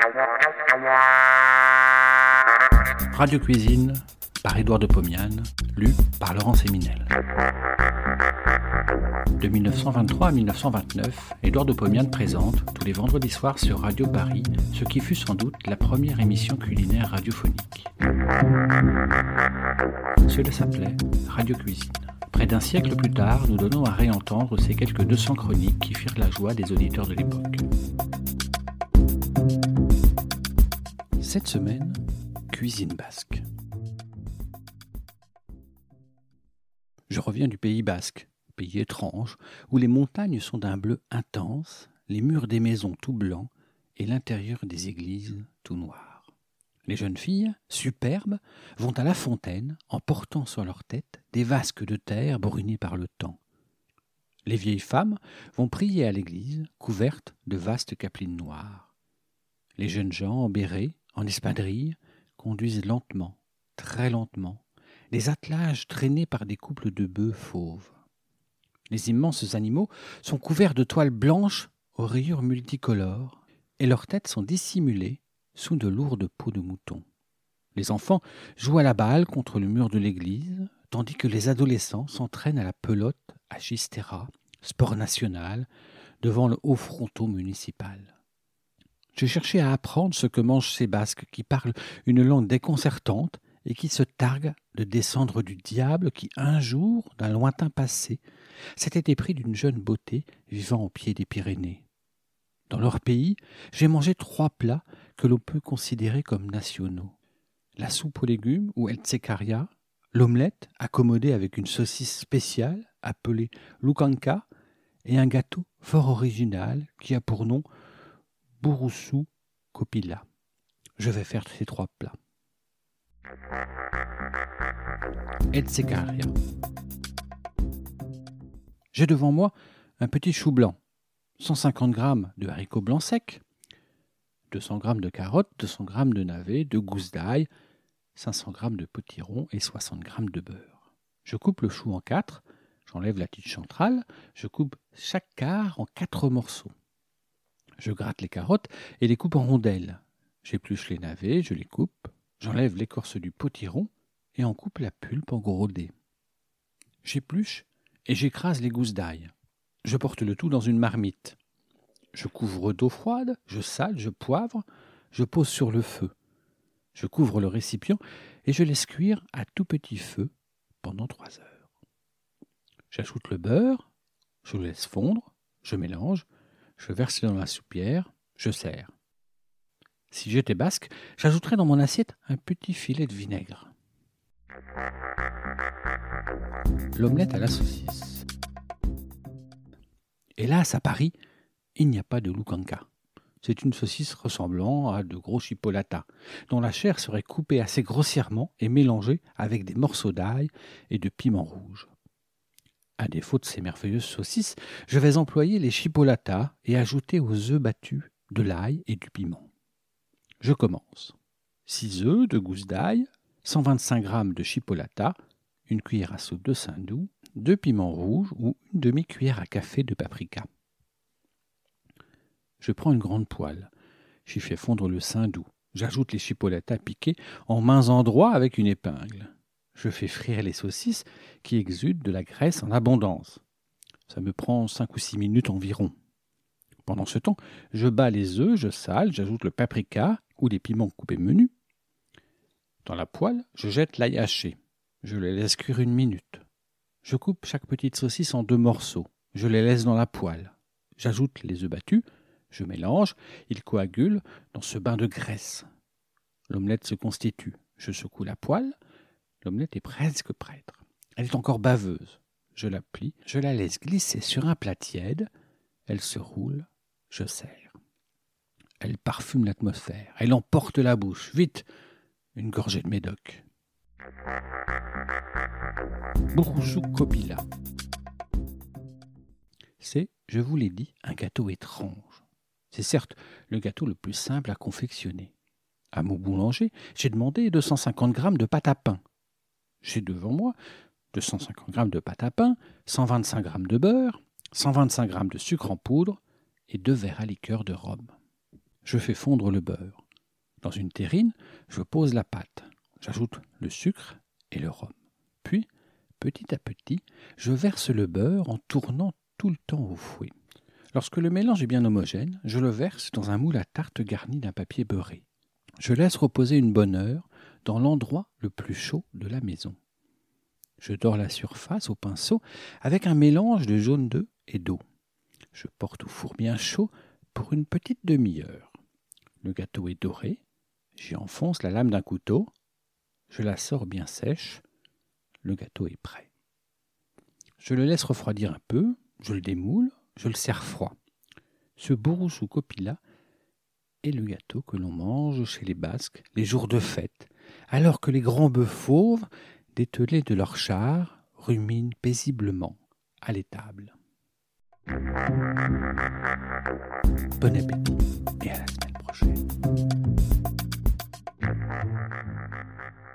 Radio Cuisine par Édouard de Pomiane, lu par Laurent Séminel. De 1923 à 1929, Édouard de Pomiane présente, tous les vendredis soirs sur Radio Paris, ce qui fut sans doute la première émission culinaire radiophonique. Cela s'appelait Radio Cuisine. Près d'un siècle plus tard, nous donnons à réentendre ces quelques 200 chroniques qui firent la joie des auditeurs de l'époque. Cette semaine, cuisine basque. Je reviens du Pays basque, pays étrange, où les montagnes sont d'un bleu intense, les murs des maisons tout blancs et l'intérieur des églises tout noir. Les jeunes filles, superbes, vont à la fontaine en portant sur leur tête des vasques de terre brunies par le temps. Les vieilles femmes vont prier à l'église, couvertes de vastes capelines noires. Les jeunes gens en béret, en espadrilles, conduisent lentement, très lentement, des attelages traînés par des couples de bœufs fauves. Les immenses animaux sont couverts de toiles blanches aux rayures multicolores et leurs têtes sont dissimulées sous de lourdes peaux de mouton. Les enfants jouent à la balle contre le mur de l'église, tandis que les adolescents s'entraînent à la pelote à Gistera, sport national, devant le haut fronteau municipal. J'ai cherché à apprendre ce que mangent ces Basques qui parlent une langue déconcertante et qui se targuent de descendre du diable qui, un jour, d'un lointain passé, s'était épris d'une jeune beauté vivant au pied des Pyrénées. Dans leur pays, j'ai mangé 3 plats que l'on peut considérer comme nationaux. La soupe aux légumes, ou el tsekaria, l'omelette accommodée avec une saucisse spéciale appelée lukanka, et un gâteau fort original qui a pour nom Burusu Kopila. Je vais faire ces 3 plats. El tsekaria. J'ai devant moi un petit chou blanc, 150 g de haricots blancs secs, 200 g de carottes, 200 g de navets, 2 gousses d'ail, 500 g de potiron et 60 g de beurre. Je coupe le chou en 4, j'enlève la tige centrale, je coupe chaque quart en 4 morceaux. Je gratte les carottes et les coupe en rondelles. J'épluche les navets, je les coupe, j'enlève l'écorce du potiron et en coupe la pulpe en gros dés. J'épluche et j'écrase les gousses d'ail. Je porte le tout dans une marmite. Je couvre d'eau froide, je sale, je poivre, je pose sur le feu. Je couvre le récipient et je laisse cuire à tout petit feu pendant 3 heures. J'ajoute le beurre, je le laisse fondre, je mélange, je verse dans la soupière, je sers. Si j'étais basque, j'ajouterais dans mon assiette un petit filet de vinaigre. L'omelette à la saucisse. Hélas, à Paris, il n'y a pas de lukanka. C'est une saucisse ressemblant à de gros chipolatas, dont la chair serait coupée assez grossièrement et mélangée avec des morceaux d'ail et de piment rouge. À défaut de ces merveilleuses saucisses, je vais employer les chipolatas et ajouter aux œufs battus de l'ail et du piment. Je commence. 6 œufs, 2 gousses d'ail, 125 g de chipolata, une cuillère à soupe de saindoux, 2 piments rouges ou une demi-cuillère à café de paprika. Je prends une grande poêle. J'y fais fondre le saindoux. J'ajoute les chipolatas piqués en mains endroits avec une épingle. Je fais frire les saucisses qui exudent de la graisse en abondance. Ça me prend 5 ou 6 minutes environ. Pendant ce temps, je bats les œufs, je sale, j'ajoute le paprika ou les piments coupés menus. Dans la poêle, je jette l'ail haché. Je les laisse cuire 1 minute. Je coupe chaque petite saucisse en 2 morceaux. Je les laisse dans la poêle. J'ajoute les œufs battus. Je mélange. Ils coagulent dans ce bain de graisse. L'omelette se constitue. Je secoue la poêle. L'omelette est presque prête. Elle est encore baveuse. Je la plie. Je la laisse glisser sur un plat tiède. Elle se roule. Je sers. Elle parfume l'atmosphère. Elle emporte la bouche. Vite, une gorgée de médoc. Burusu Kopila. C'est, je vous l'ai dit, un gâteau étrange. C'est certes le gâteau le plus simple à confectionner. À mon boulanger, j'ai demandé 250 g de pâte à pain. J'ai devant moi 250 g de pâte à pain, 125 g de beurre, 125 g de sucre en poudre et 2 verres à liqueur de rhum. Je fais fondre le beurre. Dans une terrine, je pose la pâte. J'ajoute le sucre et le rhum. Puis, petit à petit, je verse le beurre en tournant tout le temps au fouet. Lorsque le mélange est bien homogène, je le verse dans un moule à tarte garni d'un papier beurré. Je laisse reposer une bonne heure dans l'endroit le plus chaud de la maison. Je dore la surface au pinceau avec un mélange de jaune d'œuf et d'eau. Je porte au four bien chaud pour une petite demi-heure. Le gâteau est doré, j'y enfonce la lame d'un couteau, je la sors bien sèche, le gâteau est prêt. Je le laisse refroidir un peu, je le démoule, je le sers froid. Ce bourroussou copila est le gâteau que l'on mange chez les Basques les jours de fête, alors que les grands bœufs fauves, dételés de leurs chars, ruminent paisiblement à l'étable. Bon appétit et à la semaine prochaine.